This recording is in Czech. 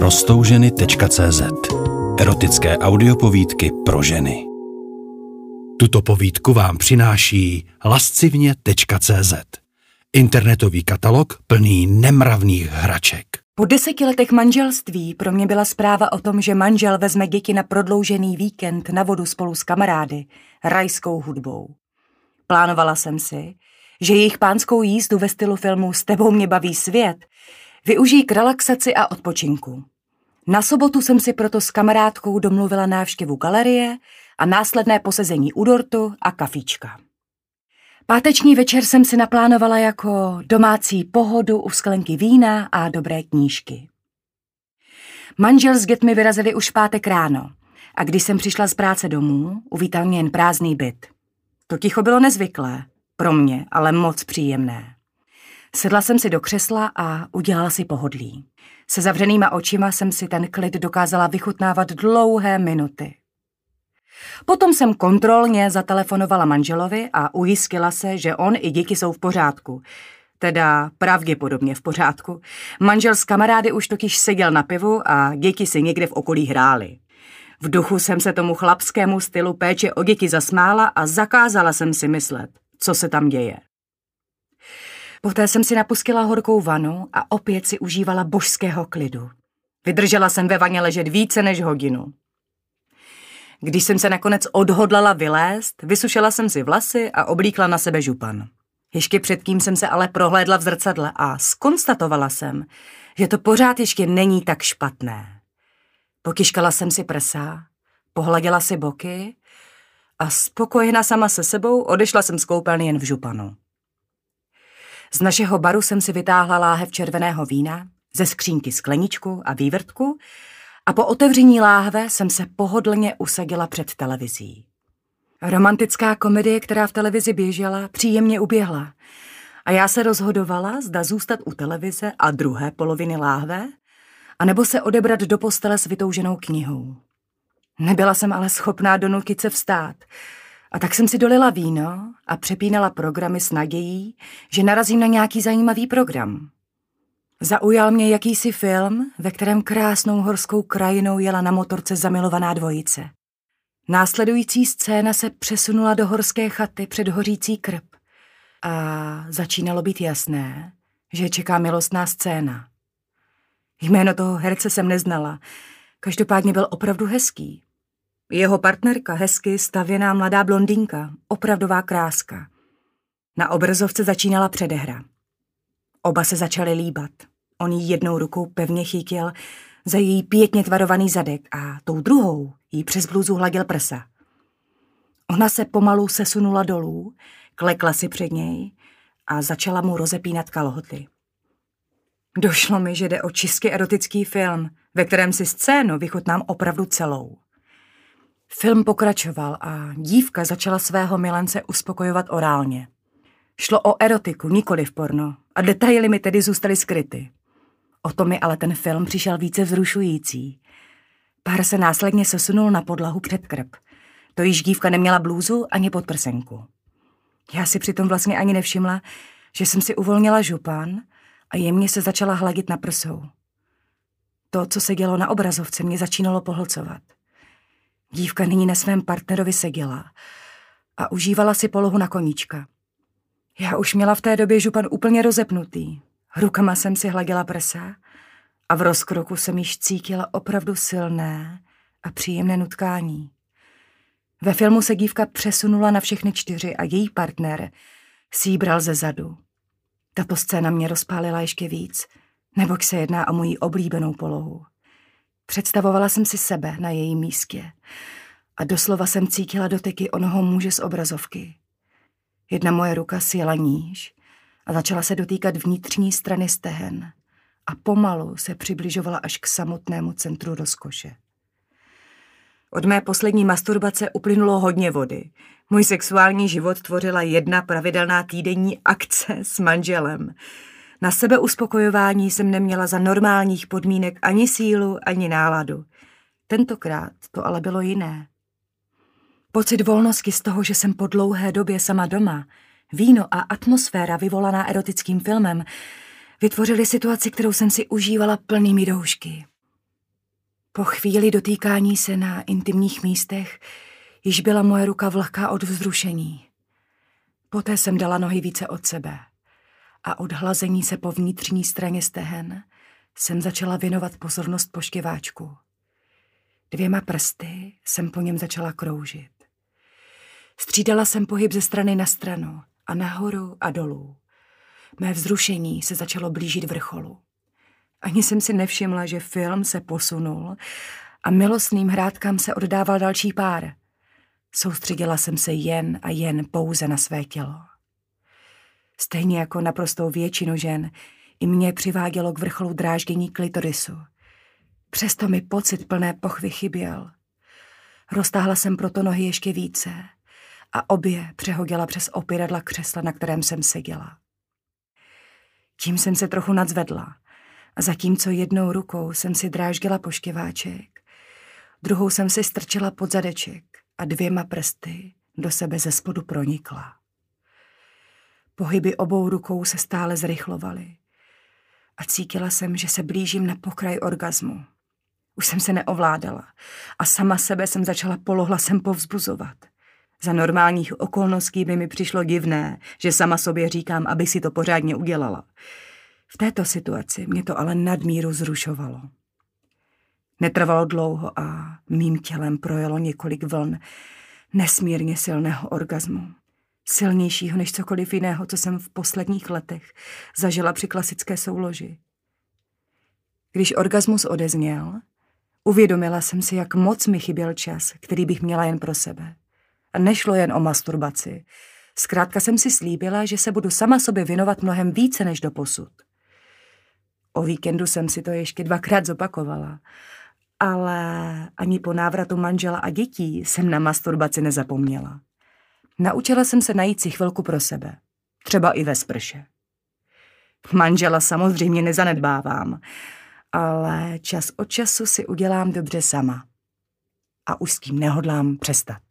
Roztouženy.cz. Erotické audiopovídky pro ženy. Tuto povídku vám přináší lascivně.cz. Internetový katalog plný nemravných hraček. Po 10 letech manželství pro mě byla zpráva o tom, že manžel vezme děti na prodloužený víkend na vodu spolu s kamarády, rajskou hudbou. Plánovala jsem si, že jejich pánskou jízdu ve stylu filmu S tebou mě baví svět využijí k relaxaci a odpočinku. Na sobotu jsem si proto s kamarádkou domluvila návštěvu galerie a následné posezení u dortu a kafíčka. Páteční večer jsem si naplánovala jako domácí pohodu u sklenky vína a dobré knížky. Manžel s dětmi vyrazili už v pátek ráno a když jsem přišla z práce domů, uvítal mě jen prázdný byt. To ticho bylo nezvyklé, pro mě ale moc příjemné. Sedla jsem si do křesla a udělala si pohodlí. Se zavřenýma očima jsem si ten klid dokázala vychutnávat dlouhé minuty. Potom jsem kontrolně zatelefonovala manželovi a ujistila se, že on i děti jsou v pořádku. Teda pravděpodobně v pořádku. Manžel s kamarády už totiž seděl na pivu a děti si někde v okolí hrály. V duchu jsem se tomu chlapskému stylu péče o děti zasmála a zakázala jsem si myslet, co se tam děje. Poté jsem si napustila horkou vanu a opět si užívala božského klidu. Vydržela jsem ve vaně ležet více než hodinu. Když jsem se nakonec odhodlala vylézt, vysušila jsem si vlasy a oblíkla na sebe župan. Ještě předtím jsem se ale prohlédla v zrcadle a zkonstatovala jsem, že to pořád ještě není tak špatné. Pokyškala jsem si prsa, pohladila si boky a spokojená sama se sebou odešla jsem z koupelny jen v županu. Z našeho baru jsem si vytáhla láhev červeného vína, ze skřínky skleničku a vývrtku a po otevření láhve jsem se pohodlně usadila před televizí. Romantická komedie, která v televizi běžela, příjemně uběhla a já se rozhodovala, zda zůstat u televize a druhé poloviny láhve, anebo se odebrat do postele s vytouženou knihou. Nebyla jsem ale schopná donutit se vstát, a tak jsem si dolila víno a přepínala programy s nadějí, že narazím na nějaký zajímavý program. Zaujal mě jakýsi film, ve kterém krásnou horskou krajinou jela na motorce zamilovaná dvojice. Následující scéna se přesunula do horské chaty před hořící krb a začínalo být jasné, že čeká milostná scéna. Jméno toho herce jsem neznala, každopádně byl opravdu hezký. Jeho partnerka hezky stavěná mladá blondýnka, opravdová kráska. Na obrazovce začínala předehra. Oba se začali líbat. On jí jednou rukou pevně chytil za její pěkně tvarovaný zadek a tou druhou jí přes blůzu hladil prsa. Ona se pomalu sesunula dolů, klekla si před něj a začala mu rozepínat kalhoty. Došlo mi, že jde o čistě erotický film, ve kterém si scénu vychutnám opravdu celou. Film pokračoval a dívka začala svého milence uspokojovat orálně. Šlo o erotiku, nikoliv porno, a detaily mi tedy zůstaly skryty. O to mi ale ten film přišel více vzrušující. Pár se následně sesunul na podlahu před krb. To již dívka neměla blůzu ani podprsenku. Já si přitom vlastně ani nevšimla, že jsem si uvolnila župan a jemně se začala hladit na prsou. To, co se dělo na obrazovce, mě začínalo pohlcovat. Dívka nyní na svém partnerovi seděla a užívala si polohu na koníčka. Já už měla v té době župan úplně rozepnutý. Rukama jsem si hladila prsa a v rozkroku jsem již cítila opravdu silné a příjemné nutkání. Ve filmu se dívka přesunula na všechny 4 a její partner si ji bral ze zadu. Tato scéna mě rozpálila ještě víc, neboť se jedná o moji oblíbenou polohu. Představovala jsem si sebe na jejím místě a doslova jsem cítila doteky onoho muže z obrazovky. Jedna moje ruka sjela níž a začala se dotýkat vnitřní strany stehen a pomalu se přibližovala až k samotnému centru rozkoše. Od mé poslední masturbace uplynulo hodně vody. Můj sexuální život tvořila jedna pravidelná týdenní akce s manželem. Na sebeuspokojování jsem neměla za normálních podmínek ani sílu, ani náladu. Tentokrát to ale bylo jiné. Pocit volnosti z toho, že jsem po dlouhé době sama doma, víno a atmosféra vyvolaná erotickým filmem vytvořily situaci, kterou jsem si užívala plnými doušky. Po chvíli dotýkání se na intimních místech již byla moje ruka vlhká od vzrušení. Poté jsem dala nohy více od sebe a od hlazení se po vnitřní straně stehen jsem začala věnovat pozornost poštěváčku. 2 prsty jsem po něm začala kroužit. Střídala jsem pohyb ze strany na stranu a nahoru a dolů. Mé vzrušení se začalo blížit vrcholu. Ani jsem si nevšimla, že film se posunul a milostným hrádkám se oddával další pár. Soustředila jsem se jen a jen pouze na své tělo. Stejně jako naprostou většinu žen, i mě přivádělo k vrcholu dráždění klitorisu. Přesto mi pocit plné pochvy chyběl. Roztáhla jsem proto nohy ještě více a obě přehodila přes opěradla křesla, na kterém jsem seděla. Tím jsem se trochu nadzvedla a zatímco jednou rukou jsem si dráždila poštěváček, druhou jsem si strčila pod zadeček a 2 prsty do sebe ze spodu pronikla. Pohyby obou rukou se stále zrychlovaly a cítila jsem, že se blížím na pokraj orgazmu. Už jsem se neovládala a sama sebe jsem začala polohlasem povzbuzovat. Za normálních okolností by mi přišlo divné, že sama sobě říkám, aby si to pořádně udělala. V této situaci mě to ale nadmíru zrušovalo. Netrvalo dlouho a mým tělem projelo několik vln nesmírně silného orgazmu. Silnějšího než cokoliv jiného, co jsem v posledních letech zažila při klasické souloži. Když orgasmus odezněl, uvědomila jsem si, jak moc mi chyběl čas, který bych měla jen pro sebe. A nešlo jen o masturbaci. Zkrátka jsem si slíbila, že se budu sama sobě věnovat mnohem více než doposud. O víkendu jsem si to ještě 2krát zopakovala, ale ani po návratu manžela a dětí jsem na masturbaci nezapomněla. Naučila jsem se najít si chvilku pro sebe, třeba i ve sprše. Manžela samozřejmě nezanedbávám, ale čas od času si udělám dobře sama. A už s tím nehodlám přestat.